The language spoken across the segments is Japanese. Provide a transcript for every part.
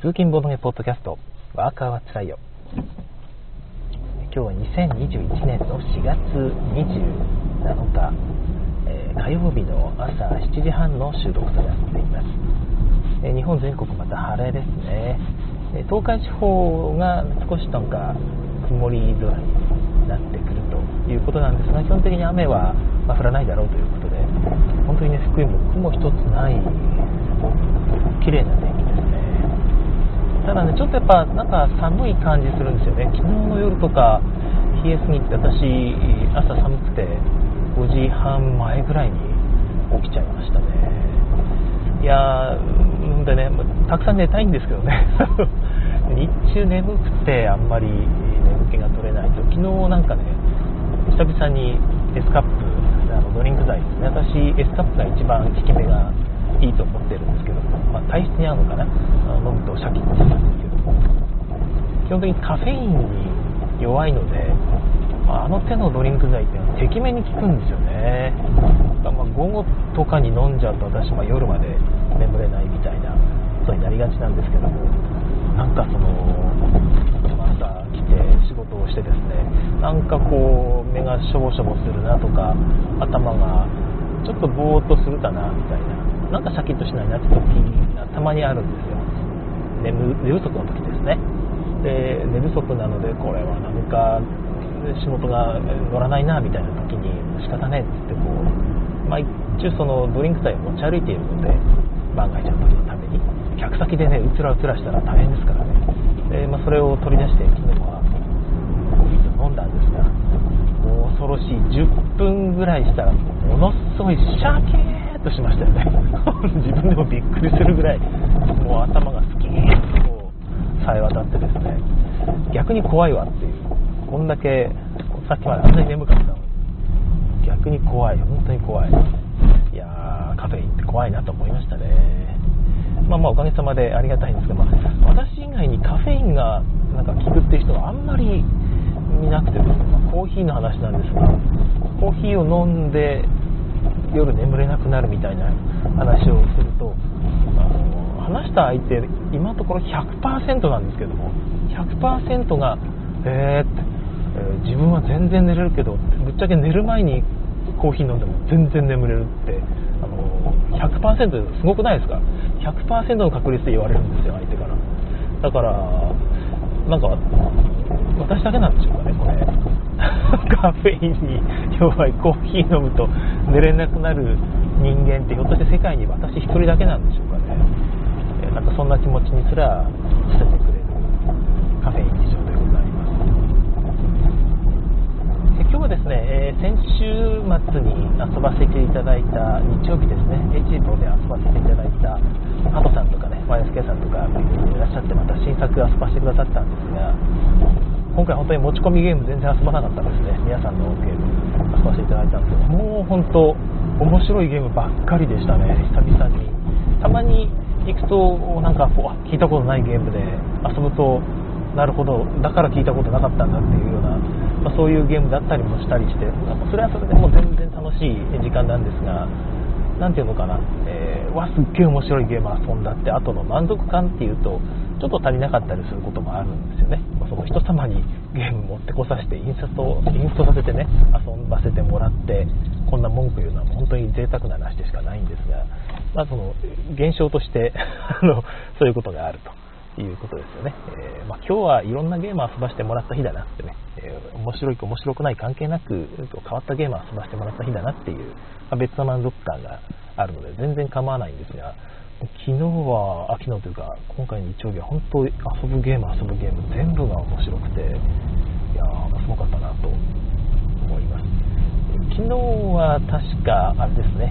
通勤ボードゲポッドキャスト、ワーカーはつらいよ。今日は2021年の4月27日、火曜日の朝7時半の収録となっています。日本全国また晴れですね。東海地方が少しなんか曇り空になってくるということなんですが、基本的に雨は降らないだろうということで、本当にね、福井も雲一つない綺麗な天気ですね。ただね、ちょっとやっぱなんか寒い感じするんですよね。昨日の夜とか冷えすぎて、私朝寒くて5時半前ぐらいに起きちゃいましたね。いやーでね、たくさん寝たいんですけどね日中眠くてあんまり眠気が取れないと。昨日なんかね、久々にエスカップ、ドリンク剤ですね。私エスカップが一番効き目がいいと思ってるんですけど、体質に合うのかな、飲むとシャキッとするんですけど、基本的にカフェインに弱いので、あの手のドリンク剤っていうのはてきめに効くんですよね。午後とかに飲んじゃうと私、夜まで眠れないみたいなことになりがちなんですけども、なんかその朝来て仕事をしてですね、なんかこう目がしょぼしょぼするなとか、頭がちょっとぼーっとするかなみたいな、なんかシャキッとしないなって時がたまにあるんですよ。寝不足の時ですね。で、寝不足なので、これはなんか仕事が乗らないなみたいな時に、仕方ねえってこう、一応そのドリンク剤を持ち歩いているので、万が一の時のために客先でね、うつらうつらしたら大変ですからね。で、それを取り出して昨日はコーヒーと飲んだんですが、もう恐ろしい10分ぐらいしたらものすごいシャキーッとしましたよね自分でもびっくりするぐらい、もう頭がスキーッとこう冴え渡ってですね、逆に怖いわっていう。こんだけさっきまであんなに眠かったのに逆に怖い、本当に怖い。いやー、カフェインって怖いなと思いましたね。おかげさまでありがたいんですが、私以外にカフェインがなんか効くっていう人はあんまり見なくてですね、コーヒーの話なんですが、コーヒーを飲んで夜眠れなくなるみたいな話をすると、話した相手今のところ 100% なんですけども、 100% が自分は全然寝れるけど、ぶっちゃけ寝る前にコーヒー飲んでも全然眠れるって、100% すごくないですか。 100% の確率で言われるんですよ、相手から。だからなんか私だけなんでしょうかね、これカフェインに弱いコーヒー飲むと寝れなくなる人間って、ひょっとして世界に私一人だけなんでしょうかね。なんかそんな気持ちにすらさせてくれるカフェイン事情でございます。今日はですね、先週末に遊ばせていただいた日曜日ですね、HBO で遊ばせていただいたハトさんとかね、YSK さんとかいらっしゃって、また新作遊ばせてくださったんですが、今回本当に持ち込みゲーム全然遊ばなかったんですね。皆さんのゲーム遊ばせていただいたんですけど、もう本当面白いゲームばっかりでしたね。久々にたまに行くとなんか聞いたことないゲームで遊ぶと、なるほど、だから聞いたことなかったんだっていうような、そういうゲームだったりもしたりして、それはそれでもう全然楽しい時間なんですが、なんていうのかな、すっげえ面白いゲーム遊んだって後の満足感っていうとちょっと足りなかったりすることもあるんですよね。その人様にゲーム持ってこさせてインストさせてね、遊ばせてもらって、こんな文句言うのは本当に贅沢な話でしかないんですが、その現象としてそういうことがあるということですよね。今日はいろんなゲームを遊ばせてもらった日だなってね、面白いか面白くない関係なく変わったゲームを遊ばせてもらった日だなっていう、別の満足感があるので全然構わないんですが、昨日というか今回の日曜日は本当に遊ぶゲーム全部が面白くて、いやーすごかったなと思います。昨日は確かあれですね、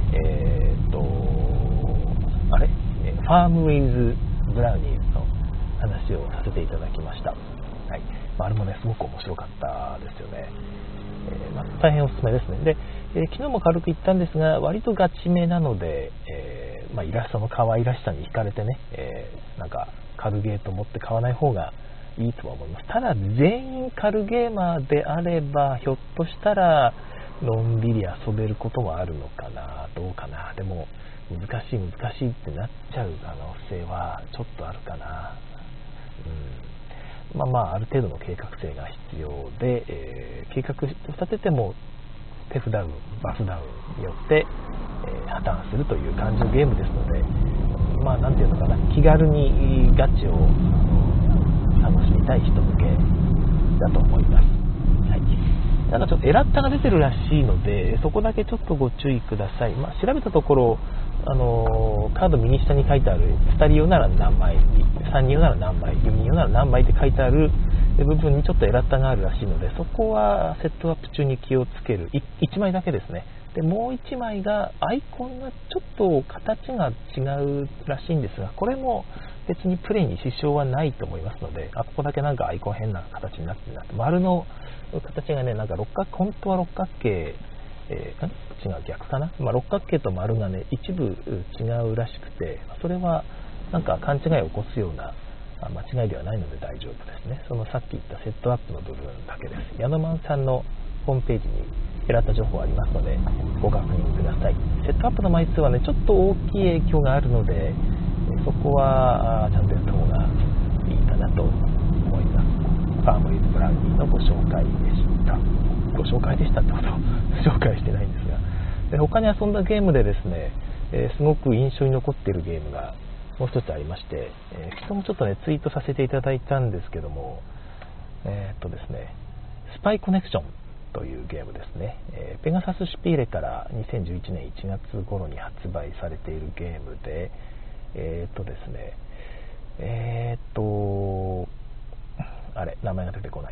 ファームウィズブラウニーズの話をさせていただきました。はい、あれもねすごく面白かったですよね。大変おすすめですね。で、昨日も軽く言ったんですが、割とガチめなので、イラストの可愛らしさに惹かれてね、なんか軽ゲーと思って買わない方がいいとは思います。ただ全員軽ゲーマーであれば、ひょっとしたらのんびり遊べることもあるのかな、どうかな。でも難しいってなっちゃう可能性はちょっとあるかな。 ある程度の計画性が必要で、計画を立てても手札ダウン、バスダウンによって、破綻するという感じのゲームですので、なんていうのかな、気軽にガチを楽しみたい人向けだと思います。はい、ただちょっとエラッタが出てるらしいので、そこだけちょっとご注意ください。調べたところ、カード右下に書いてある2人用なら何枚、3人用なら何枚、4人用なら何枚って書いてある部分にちょっとエラッタがあるらしいので、そこはセットアップ中に気をつける。1枚だけですね。でもう1枚がアイコンがちょっと形が違うらしいんですが、これも別にプレイに支障はないと思いますので、ここだけなんかアイコン変な形になってるなって、丸の形がね、なんか本当は六角形、違う、逆かな、六角形と丸がね一部違うらしくて、それはなんか勘違いを起こすような間違いではないので大丈夫ですね。そのさっき言ったセットアップの部分だけです。ヤノマンさんのホームページにエラッタ情報ありますのでご確認ください。セットアップの枚数はねちょっと大きい影響があるので、そこはちゃんとやった方がいいかなと思います。ファームウィズブラウニーのご紹介でした。ご紹介でしたってことを紹介してないんですが、他に遊んだゲームでですね、すごく印象に残っているゲームがもう一つありまして、昨日もちょっとねツイートさせていただいたんですけども、ですね、スパイコネクションというゲームですね。ペガサスシュピーレから2011年1月頃に発売されているゲームで、ですね、名前が出てこない。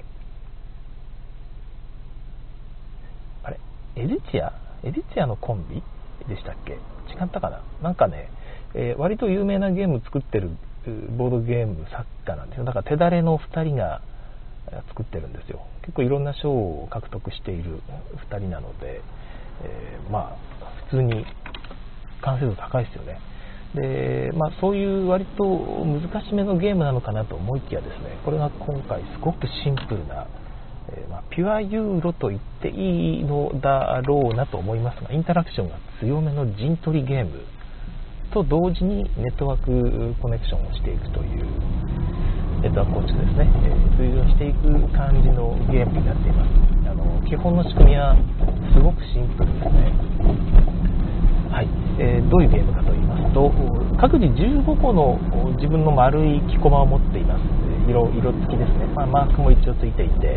エディチアのコンビでしたっけ？違ったかな。なんかね、割と有名なゲーム作ってるボードゲーム作家なんですよ。だから手だれの2人が作ってるんですよ。結構いろんな賞を獲得している2人なので、普通に完成度高いですよね。で、そういう割と難しめのゲームなのかなと思いきやですね、これが今回すごくシンプルな、ピュアユーロと言っていいのだろうなと思いますが、インタラクションが強めの陣取りゲームと同時にネットワークコネクションをしていくというネットワーク構築ですね、通常していく感じのゲームになっています。基本の仕組みはすごくシンプルですね。はい、どういうゲームかと言いますと、各自15個の自分の丸い木駒を持っています。色付きですね。マークも一応ついていて、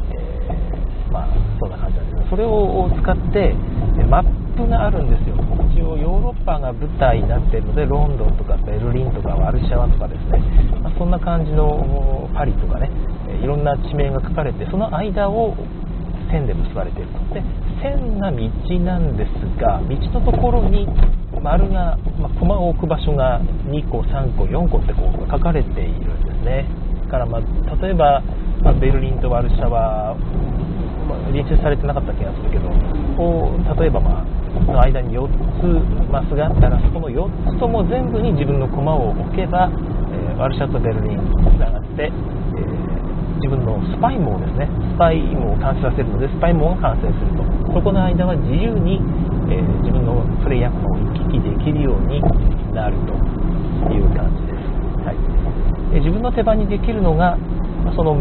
そんな感じなんですが、それを使ってマップがあるんですよ。一応ヨーロッパが舞台になっているので、ロンドンとかベルリンとかワルシャワとかですね、そんな感じのパリとかね、いろんな地名が書かれて、その間を線で結ばれていると。で、線が道なんですが、道のところに丸が、駒を置く場所が2個3個4個ってこう書かれているんですね。だから例えば、ベルリンとワルシャワ、練習されてなかった気がするけど、例えばその間に4つマスがあったら、そこの4つとも全部に自分の駒を置けば、ワルシャワとベルリンにつながって、自分のスパイ網ですね、スパイ網を完成させるので、スパイ網が完成すると。そこの間は自由に、自分のプレイヤー駒を行き来できるようになるという感じです。はい、自分の手番にできるのが、その道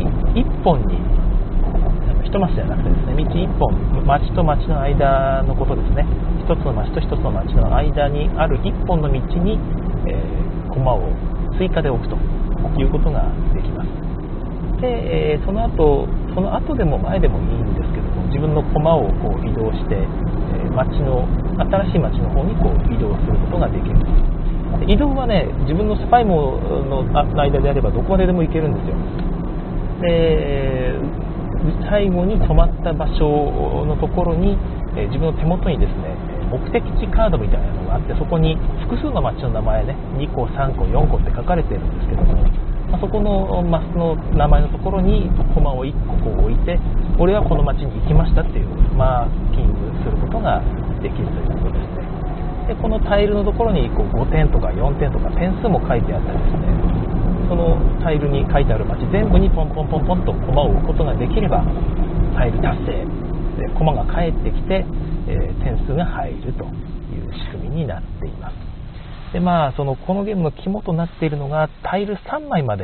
1本に、1マスじゃなくてですね、道1本、町と町の間のことですね、1つの町と1つの町の間にある1本の道に、駒を追加で置くということができます。で、その後でも前でもいいんですけども、自分の駒を移動して、新しい町の方に移動することができる。移動はね、自分のスパイ網の間であればどこまででも行けるんですよ。で、最後に止まった場所のところに、自分の手元にですね、目的地カードみたいなのがあって、そこに複数の町の名前ね、2個3個4個って書かれているんですけども、そこのマスの名前のところに駒を1個置いて、俺はこの町に行きましたっていうマーキングすることができるということですね。で、このタイルのところに5点とか4点とか点数も書いてあったりですね、そのタイルに書いてある町全部にポンポンポンポンと駒を置くことができればタイル達成で、駒が返ってきて、点数が入るという仕組みになっています。で、このゲームの肝となっているのがタイル3枚まで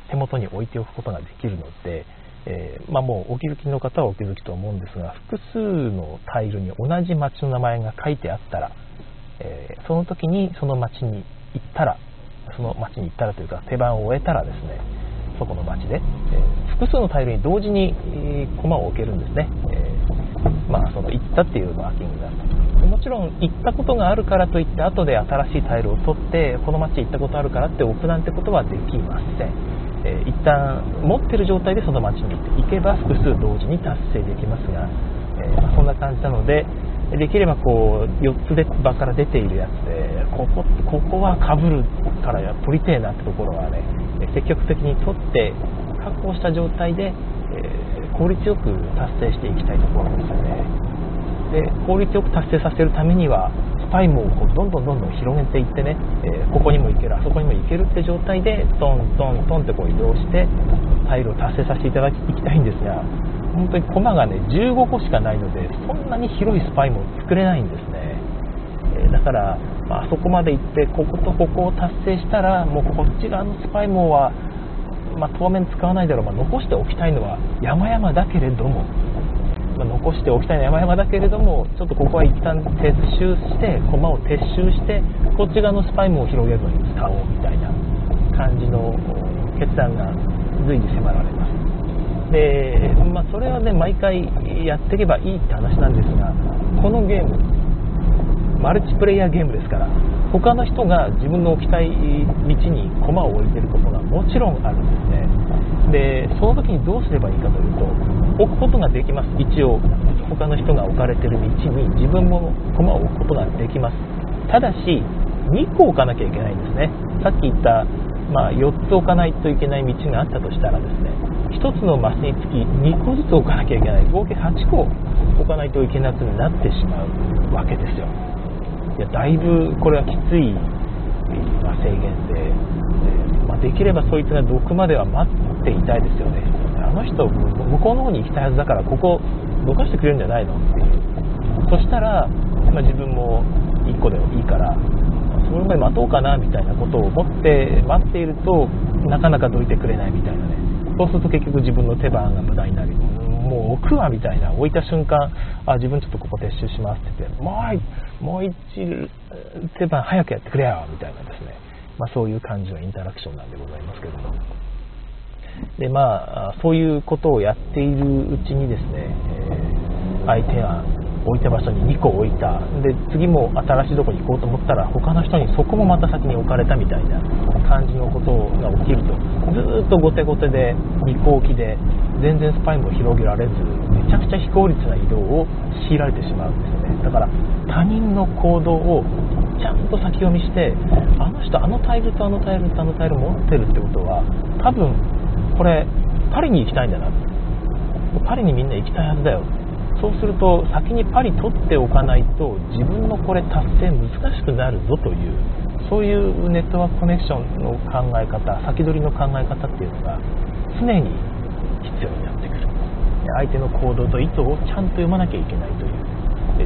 手元に置いておくことができるので、もうお気づきの方はお気づきと思うんですが、複数のタイルに同じ町の名前が書いてあったら、その時にその町に行ったらというか手番を終えたらですね、そこの町で、複数のタイルに同時に、駒を置けるんですね。その行ったっていうマーキングがあると。もちろん行ったことがあるからといって後で新しいタイルを取ってこの町行ったことあるからって置くなんてことはできません。一旦持ってる状態でその町に行けば複数同時に達成できますが、そんな感じなので、できればこう4つで場から出ているやつでここは被るから取りてえなってところはね、積極的に取って確保した状態で、効率よく達成していきたいところですよね。で効率よく達成させるためにはスパイもどんどん広げていってね、ここにも行けるあそこにも行けるって状態でトントントンってこう移動してタイルを達成させていきたいんですが、本当に駒がね15個しかないのでそんなに広いスパイも作れないんですね。だから、あそこまで行ってこことここを達成したらもうこっち側のスパイ網は、当面使わないだろう、残しておきたいのは山々だけれども、残しておきたいのは山々だけれども、ちょっとここは一旦撤収して駒を撤収してこっち側のスパイ網を広げるのに使おうみたいな感じの決断が随時迫られます。で、それはね毎回やっていけばいいって話なんですが、このゲームマルチプレイヤーゲームですから、他の人が自分の置きたい道に駒を置いていることがもちろんあるんですね。でその時にどうすればいいかというと、置くことができます。一応他の人が置かれている道に自分も駒を置くことができます。ただし2個置かなきゃいけないんですね。さっき言った4つ置かないといけない道があったとしたらですね、1つのマスにつき2個ずつ置かなきゃいけない、合計8個置かないといけなくなってしまうわけですよ。いやだいぶこれはきつい、制限で、できればそいつがどくまでは待っていたいですよね。あの人向こうの方に行きたいはずだからここどかしてくれるんじゃないのっていう。そしたら、自分も1個でもいいからその前待とうかなみたいなことを思って待っているとなかなかどいてくれないみたいなね。そうすると結局自分の手番が無駄になり、もう置くわみたいな、置いた瞬間自分ちょっとここ撤収しますって言ってもう一手番早くやってくれよみたいなですね、そういう感じのインタラクションなんでございますけども、でそういうことをやっているうちにですね、相手が置いた場所に2個置いたで、次も新しいとこに行こうと思ったら他の人にそこもまた先に置かれたみたいな感じのことが起きると、ずっと後手後手で2個置きで全然スパイも広げられず、めちゃくちゃ非効率な移動を強いられてしまうんですよね。だから他人の行動をちゃんと先読みして、あの人あのタイルとあのタイルとあのタイル持ってるってことは多分これパリに行きたいんだな、パリにみんな行きたいはずだよ。そうすると先にパリ取っておかないと自分のこれ達成難しくなるぞという、そういうネットワークコネクションの考え方、先取りの考え方っていうのが常に必要になってくる。相手の行動と意図をちゃんと読まなきゃいけないという、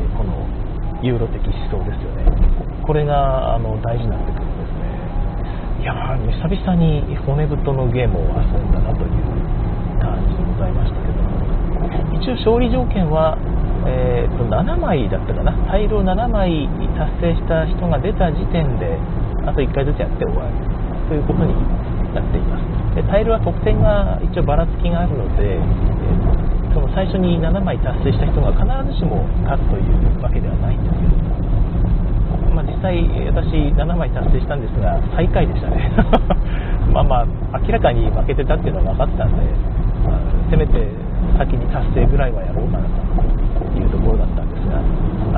このユーロ的思想ですよね。これが大事になってくるんですね。いや久々に骨太のゲームを遊んだなという感じでございましたけども、一応勝利条件は、7枚だったかな、タイルを7枚達成した人が出た時点であと1回ずつやって終わるということになっています。でタイルは得点が一応ばらつきがあるので、その最初に7枚達成した人が必ずしも勝つというわけではないんですけども、実際私7枚達成したんですが最下位でしたね明らかに負けてたっていうのは分かったんで、せめて先に達成ぐらいはやろうかなというところだったんですが、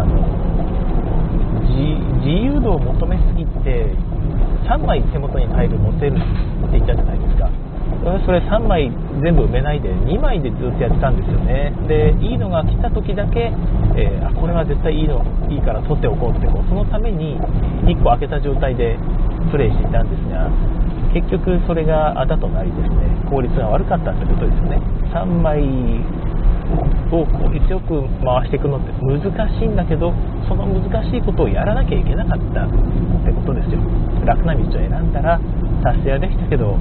自由度を求めすぎて3枚手元にタイル持てるって言ったじゃないですか。それ3枚全部埋めないで2枚でずっとやってたんですよね。でいいのが来た時だけ、これは絶対いいから取っておこうってそのために1個開けた状態でプレイしていたんですが、結局それがあだとなりですね、効率が悪かったってことですよね。3枚を効率よく回していくのって難しいんだけど、その難しいことをやらなきゃいけなかったってことですよ。楽な道を選んだら達成はできたけど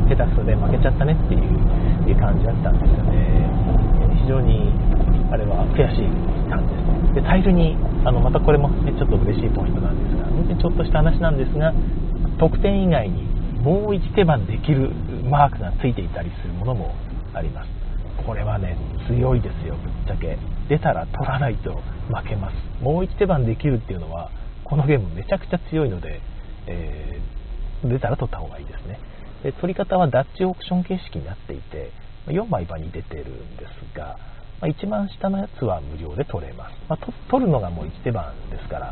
下手くそで負けちゃったねっていう感じだったんですよね。非常にあれは悔しい感じです。でタイルにまたこれも、ね、ちょっと嬉しいポイントなんですが、本当にちょっとした話なんですが、得点以外にもう一手番できるマークがついていたりするものもあります。これはね強いですよ。ぶっちゃけ出たら取らないと負けます。もう一手番できるっていうのはこのゲームめちゃくちゃ強いので、出たら取った方がいいですね。で取り方はダッチオークション形式になっていて、4枚場に出てるんですが、一番下のやつは無料で取れます。取るのがもう1手番ですから、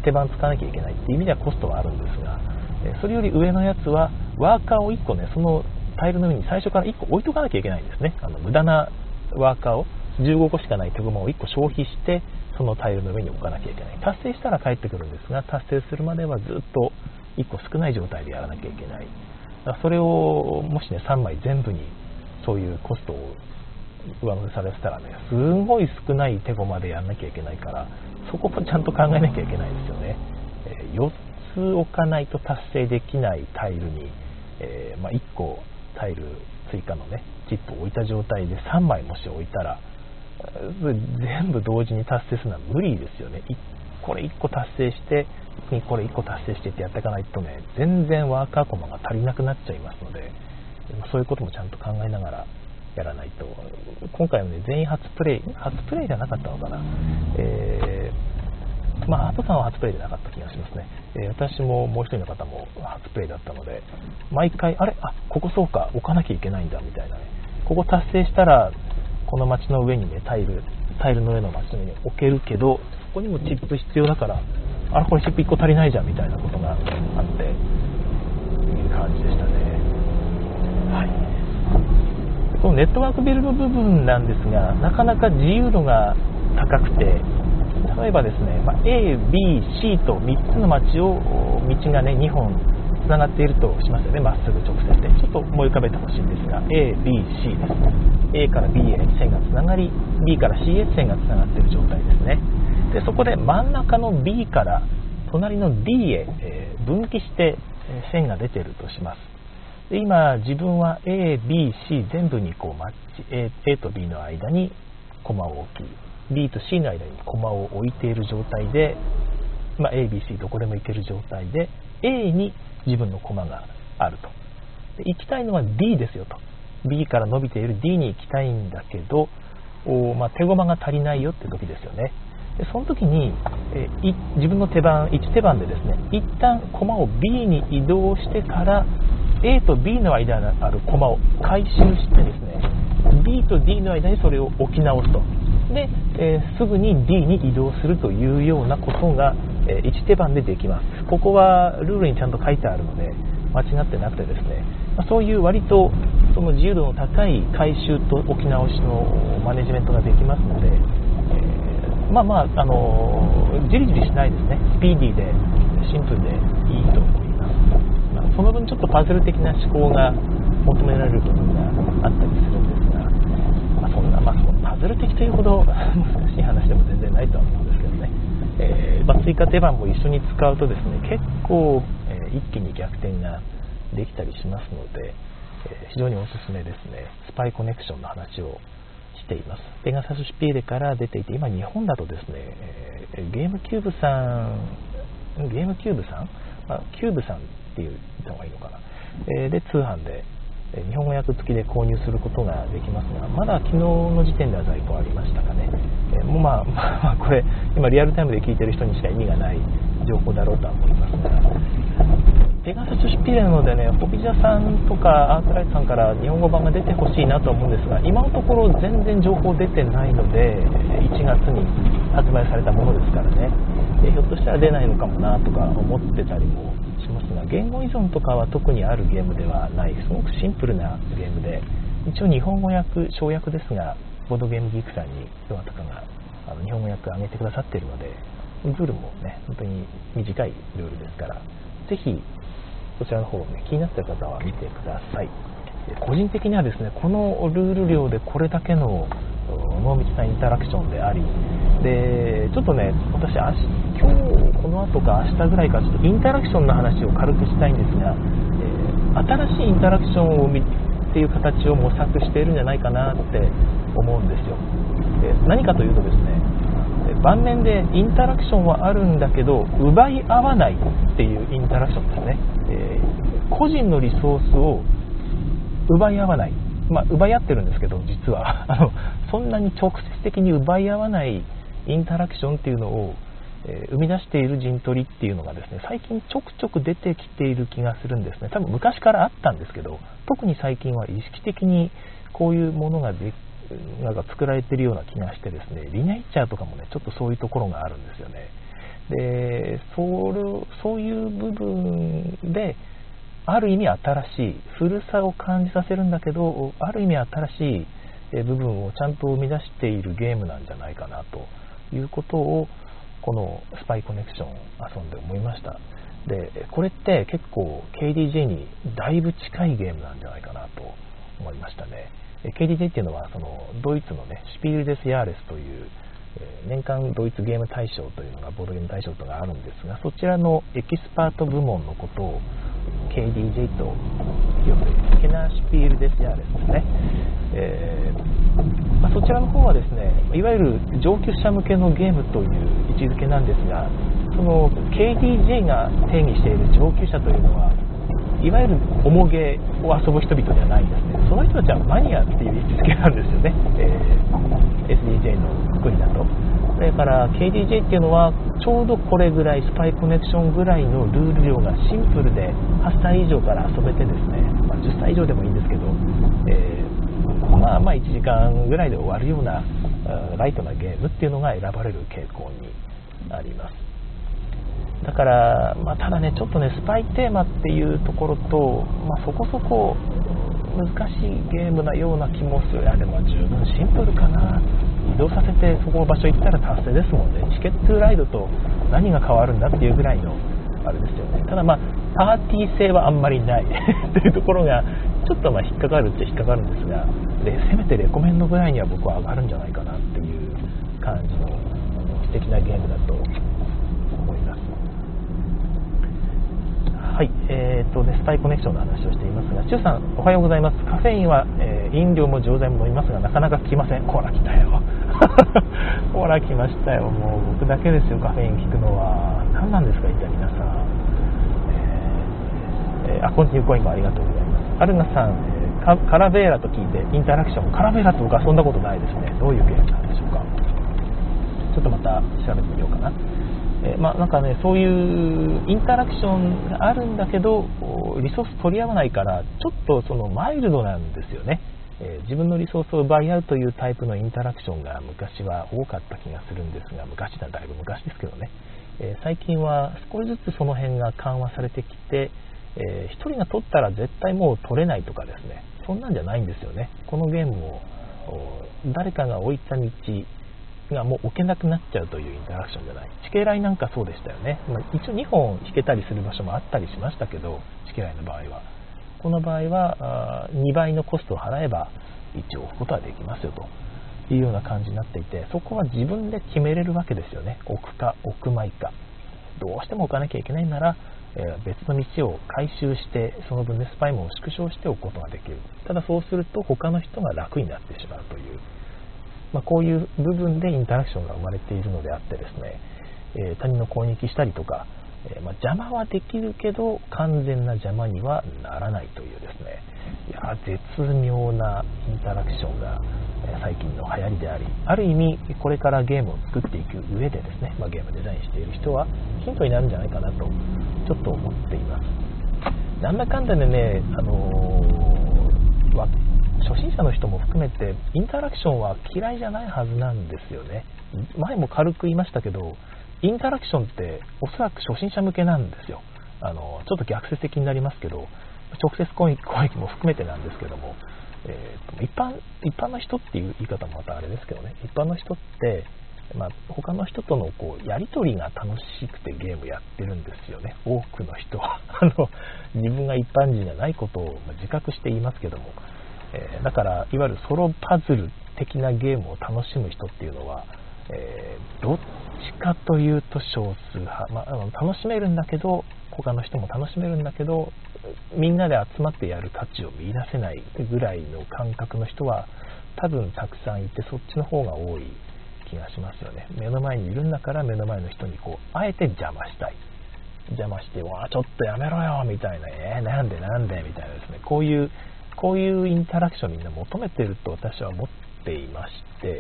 手番使わなきゃいけないっていう意味ではコストはあるんですが、それより上のやつはワーカーを1個ね、そのタイルの上に最初から1個置いとかなきゃいけないんですね。無駄なワーカーを15個しかない手駒を1個消費してそのタイルの上に置かなきゃいけない。達成したら帰ってくるんですが、達成するまではずっと1個少ない状態でやらなきゃいけない。だからそれをもしね3枚全部にそういうコストを上乗せされてたらね、すごい少ない手駒でやらなきゃいけないから、そこもちゃんと考えなきゃいけないですよね。4つ置かないと達成できないタイルに、1個タイル追加のねチップを置いた状態で3枚もし置いたら、全部同時に達成するのは無理ですよね。これ1個達成してこれ1個達成してってやっていかないとね、全然ワーカーコマが足りなくなっちゃいますので、そういうこともちゃんと考えながらやらないと。今回はね全員初プレイじゃなかったのかな、ハトさんは初プレイじゃなかった気がしますね。私ももう一人の方も初プレイだったので、毎回ここそうか置かなきゃいけないんだみたいなね、ここ達成したらこの街の上にねタイルの上の街の上に置けるけど、そこにもチップ必要だから、これチップ1個足りないじゃんみたいなことがあっていう感じでしたね。はい。このネットワークビルド部分なんですが、なかなか自由度が高くて、例えばですね、A、B、C と3つの道がね2本つながっているとしますよね。まっすぐ直線でちょっと思い浮かべてほしいんですが、 A、B、C です。 A から B へ線がつながり B から C へ線がつながっている状態ですね。でそこで真ん中の B から隣の D へ分岐して線が出ているとします。で今自分は A、B、C 全部にこうマッチ A と B の間にコマを置き、B と C の間にコマを置いている状態で、A、B、C どこでも行ける状態で A に自分のコマがあると。で行きたいのは D ですよと。 B から伸びている D に行きたいんだけど、手駒が足りないよって時ですよね。でその時に、自分の手番1手番でですね、一旦コマを B に移動してから A と B の間にあるコマを回収してですね、 B と D の間にそれを置き直すと。ですぐに D に移動するというようなことが、1手番でできます。ここはルールにちゃんと書いてあるので間違ってなくてですね、そういう割とその自由度の高い回収と置き直しのマネジメントができますので、じりじりしないですね。スピーディーでシンプルでいいと思います。その分ちょっとパズル的な思考が求められる部分があったりするんですが、そんなパズル的というほど難しい話でも全然ないとは思うんですけどね。追加手番も一緒に使うとですね、結構、一気に逆転ができたりしますので、非常におすすめですね。スパイコネクションの話をしています。ペガサスシピーレから出ていて、今日本だとですね、ゲームキューブさん、キューブさんって言った方がいいのかな、で通販で日本語訳付きで購入することができますが、まだ昨日の時点では在庫ありましたかね。これ今リアルタイムで聞いてる人にしか意味がない情報だろうとは思いますが、ペガサスシピーレなのでね、ホビジャさんとかアークライトさんから日本語版が出てほしいなと思うんですが、今のところ全然情報出てないので、1月に発売されたものですからね、ひょっとしたら出ないのかもなとか思ってたりもしますが、言語依存とかは特にあるゲームではない、すごくシンプルなゲームで、一応日本語訳省訳ですが、ボードゲームギークさんにどなたかが日本語訳上げてくださっているので、ルールもね本当に短いルールですから、ぜひこちらの方をね気になっている方は見てください。個人的にはですね、このルール量でこれだけの濃密なインタラクションであり、でちょっとね、私今日この後か明日ぐらいかちょっとインタラクションの話を軽くしたいんですが、 新しいインタラクションをっていう形を模索しているんじゃないかなって思うんですよ。何かというとですね、盤面でインタラクションはあるんだけど奪い合わないっていうインタラクションですね。個人のリソースを奪い合わない、奪い合ってるんですけど、実はそんなに直接的に奪い合わないインタラクションっていうのを、生み出している陣取りっていうのがですね、最近ちょくちょく出てきている気がするんですね。多分昔からあったんですけど、特に最近は意識的にこういうものがなんか作られているような気がしてですね、リネイチャーとかもね、ちょっとそういうところがあるんですよね。で、そういう部分である意味新しい古さを感じさせるんだけど、ある意味新しい部分をちゃんと生み出しているゲームなんじゃないかなということを、このスパイコネクション遊んで思いました。で、これって結構 KDJ にだいぶ近いゲームなんじゃないかなと思いましたね。KDJ っていうのはそのドイツのね、シュピールデスヤーレスという年間ドイツゲーム大賞というのが、ボードゲーム大賞というのがあるんですが、そちらのエキスパート部門のことを KDJ と呼んで、ケナーシュピールデスヤーレスですね。そちらの方はですね、いわゆる上級者向けのゲームという位置づけなんですが、その KDJ が定義している上級者というのは、いわゆる重ゲーを遊ぶ人々ではないんですね。その人たちはマニアっていう位置づけなんですよね。SDJ の国だと。だから KDJ っていうのはちょうどこれぐらい、スパイコネクションぐらいのルール量がシンプルで、8歳以上から遊べてですね、10歳以上でもいいんですけど、1時間ぐらいで終わるようなライトなゲームっていうのが選ばれる傾向にあります。だから、ただね、ちょっとね、スパイテーマっていうところと、そこそこ難しいゲームなような気もする。でも十分シンプルかな。移動させてそこの場所行ったら達成ですもんね。チケットライドと何が変わるんだっていうぐらいのあれですよね。ただパーティー性はあんまりないっていうところがちょっと引っかかるっちゃ引っかかるんですが、せめてレコメンドぐらいには僕は上がるんじゃないかなっていう感じの素敵なゲームだと思います。はい、スパイコネクションの話をしていますが、チュウさんおはようございます。カフェインは、飲料も錠剤も飲みますがなかなか効きません。ほら来たよほら来ましたよ。もう僕だけですよ、カフェイン効くのは。何なんですか一体皆さん。コンティニューコインもありがとうございます。アルナさん、カラベーラと聞いてインタラクション、カラベーラと僕は遊んだことないですね。どういうゲームなんでしょうか。ちょっとまた調べてみようかな。なんかね、そういうインタラクションがあるんだけどリソース取り合わないから、ちょっとそのマイルドなんですよね。自分のリソースを奪い合うというタイプのインタラクションが昔は多かった気がするんですが、昔だ、だいぶ昔ですけどね、最近は少しずつその辺が緩和されてきて、1人が取ったら絶対もう取れないとかですね、そんなんじゃないんですよね。このゲームも誰かが置いた道がもう置けなくなっちゃうというインタラクションじゃない。チケライなんかそうでしたよね。一応2本引けたりする場所もあったりしましたけど、チケライの場合は、この場合は2倍のコストを払えば一応置くことはできますよというような感じになっていて、そこは自分で決めれるわけですよね。置くか置くまいか、どうしても置かなきゃいけないなら別の道を回収して、その分でスパイも縮小しておくことができる。ただそうすると他の人が楽になってしまうという、こういう部分でインタラクションが生まれているのであってですね、他人の攻撃したりとか、邪魔はできるけど完全な邪魔にはならないというですね、絶妙なインタラクションが最近の流行りであり、ある意味これからゲームを作っていく上でですね、ゲームデザインしている人はヒントになるんじゃないかなとちょっと思っています。なんだかんだでね、初心者の人も含めてインタラクションは嫌いじゃないはずなんですよね。前も軽く言いましたけど、インタラクションっておそらく初心者向けなんですよ。ちょっと逆説的になりますけど、直接攻撃も含めてなんですけども、一般の人っていう言い方もまたあれですけどね、一般の人って、他の人とのやり取りが楽しくてゲームやってるんですよね。多くの人は自分が一般人じゃないことを自覚していますけども、だからいわゆるソロパズル的なゲームを楽しむ人っていうのは、どっちかというと少数派、楽しめるんだけど、他の人も楽しめるんだけど、 みんなで集まってやる価値を見出せないぐらいの感覚の人は多分たくさんいて、そっちの方が多い気がしますよね。目の前にいるんだから目の前の人にあえて邪魔したい、邪魔して、わあちょっとやめろよみたいな、なんでみたいなですね、こういうインタラクションみんな求めてると私は思っていまして、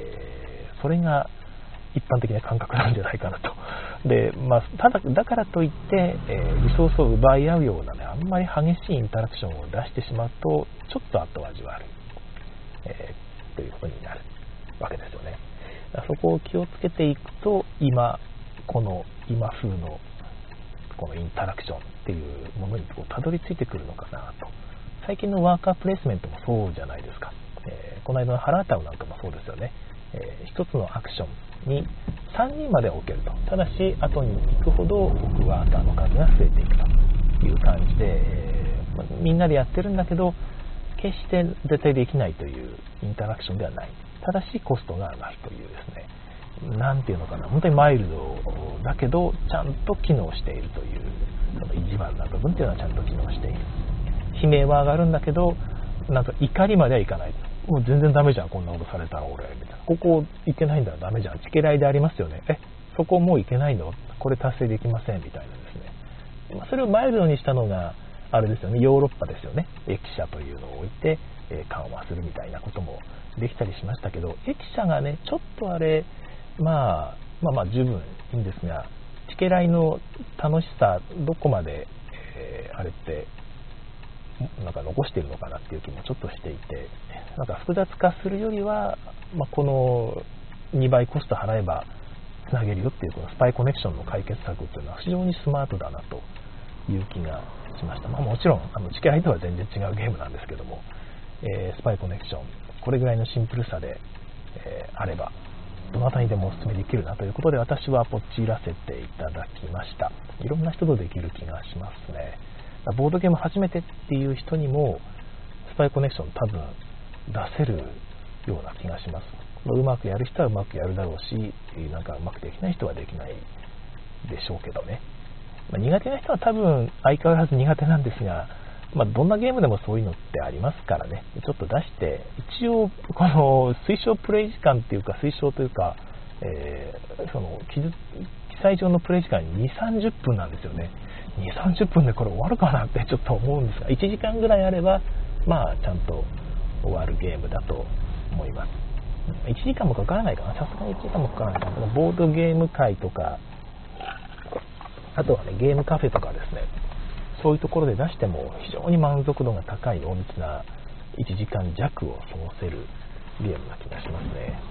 それが一般的な感覚なんじゃないかなと。で、ただだからといって、リソースを奪い合うようなね、あんまり激しいインタラクションを出してしまうとちょっと後味悪い、ということになるわけですよね。そこを気をつけていくと、今風のこのインタラクションっていうものにたどり着いてくるのかなと。最近のワーカープレイスメントもそうじゃないですか。この間のハラータウなんかもそうですよね。一つのアクションに3人までは置けると。ただし後に行くほど置くワーカーの数が増えていくという感じで、みんなでやってるんだけど決して絶対できないというインタラクションではない。ただしコストが上がるというですね、なんていうのかな、本当にマイルドだけどちゃんと機能しているという、その意地悪な部分っていうのはちゃんと機能している。悲鳴は上がるんだけどなんか怒りまではいかない。もう全然ダメじゃん、こんなことされたら俺みたいな。ここいけないんだらダメじゃん、チケライでありますよね。そこもういけないの、これ達成できませんみたいなですね。それをマイルドにしたのがあれですよね、ヨーロッパですよね。駅舎というのを置いて緩和するみたいなこともできたりしましたけど、駅舎がねちょっとあれまあ十分いいんですが、チケライの楽しさどこまで、あれってなんか残しているのかなっていう気もちょっとしていて、なんか複雑化するよりは、この2倍コスト払えばつなげるよっていうこのスパイコネクションの解決策っていうのは非常にスマートだなという気がしました。もちろんチケライとは全然違うゲームなんですけども、スパイコネクションこれぐらいのシンプルさで、あればどなたにでもお勧めできるなということで私はポチらせていただきました。いろんな人とできる気がしますね。ボードゲーム初めてっていう人にもスパイコネクション多分出せるような気がします。うまくやる人はうまくやるだろうし、なんかうまくできない人はできないでしょうけどね。苦手な人は多分相変わらず苦手なんですが、どんなゲームでもそういうのってありますからね。ちょっと出して一応この推奨プレイ時間っていうか推奨というか、その記載上のプレイ時間 2,30 分なんですよね。2,30 分でこれ終わるかなってちょっと思うんですが、1時間ぐらいあればちゃんと終わるゲームだと思います。1時間もかからないかな、さすがに1時間もかからないかな。ボードゲーム会とか、あとはねゲームカフェとかですね、そういうところで出しても非常に満足度が高い濃密な1時間弱を過ごせるゲームな気がしますね。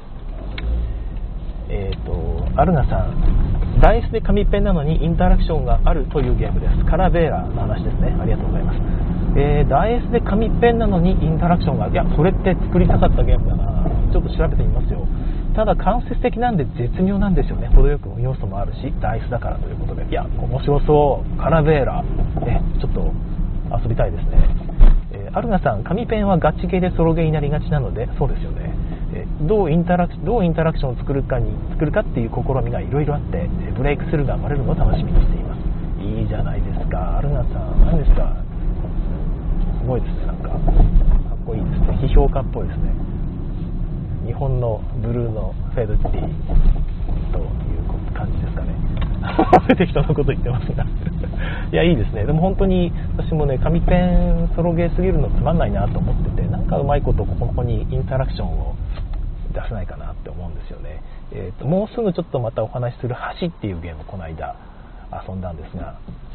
アルナさん、ダイスで紙ペンなのにインタラクションがあるというゲームです。カラベーラの話ですね。ありがとうございます。ダイスで紙ペンなのにインタラクションがある。いや、それって作りたかったゲームだな。ちょっと調べてみますよ。ただ間接的なんで絶妙なんですよね。程よく要素もあるし、ダイスだからということで、いや面白そう。カラベーラ、ちょっと遊びたいですね。アルナさん、紙ペンはガチゲーでソロゲーになりがちなので、そうですよね。どうインタラクションを作るかっていう試みがいろいろあって、ブレイクスルーが生まれるのを楽しみにしています。いいじゃないですか。アルナさん、何ですか。すごいですね。なんかかっこいいですね。批評家っぽいですね。日本のブルーのフェードキティという感じですかね。適当なこと言ってますがいやいいですね。でも本当に私もね紙ペンソロゲーすぎるのつまんないなと思ってて、なんかうまいことここにインタラクションを出せないかなって思うんですよね。もうすぐちょっとまたお話しする橋っていうゲームをこの間遊んだんですが、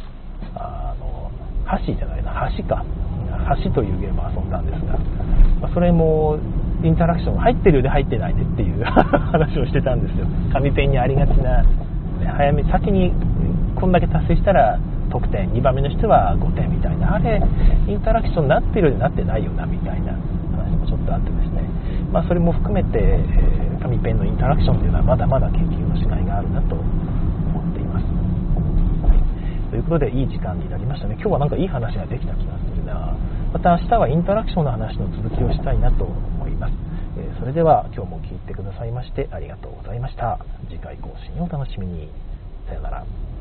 橋じゃないな、橋か、橋というゲームを遊んだんですが、それもインタラクション入ってるようで入ってないねっていう話をしてたんですよ。紙ペンにありがちな、早め先にこんだけ達成したら得点、2番目の人は5点みたいな、あれインタラクションになってるようでなってないよなみたいな話もちょっとあってですね、それも含めて、紙ペンのインタラクションというのはまだまだ研究のしがいがあるなと思っています。ということでいい時間になりましたね。今日はなんかいい話ができた気がするな。また明日はインタラクションの話の続きをしたいなと思います。それでは今日も聞いてくださいましてありがとうございました。次回更新をお楽しみに。さよなら。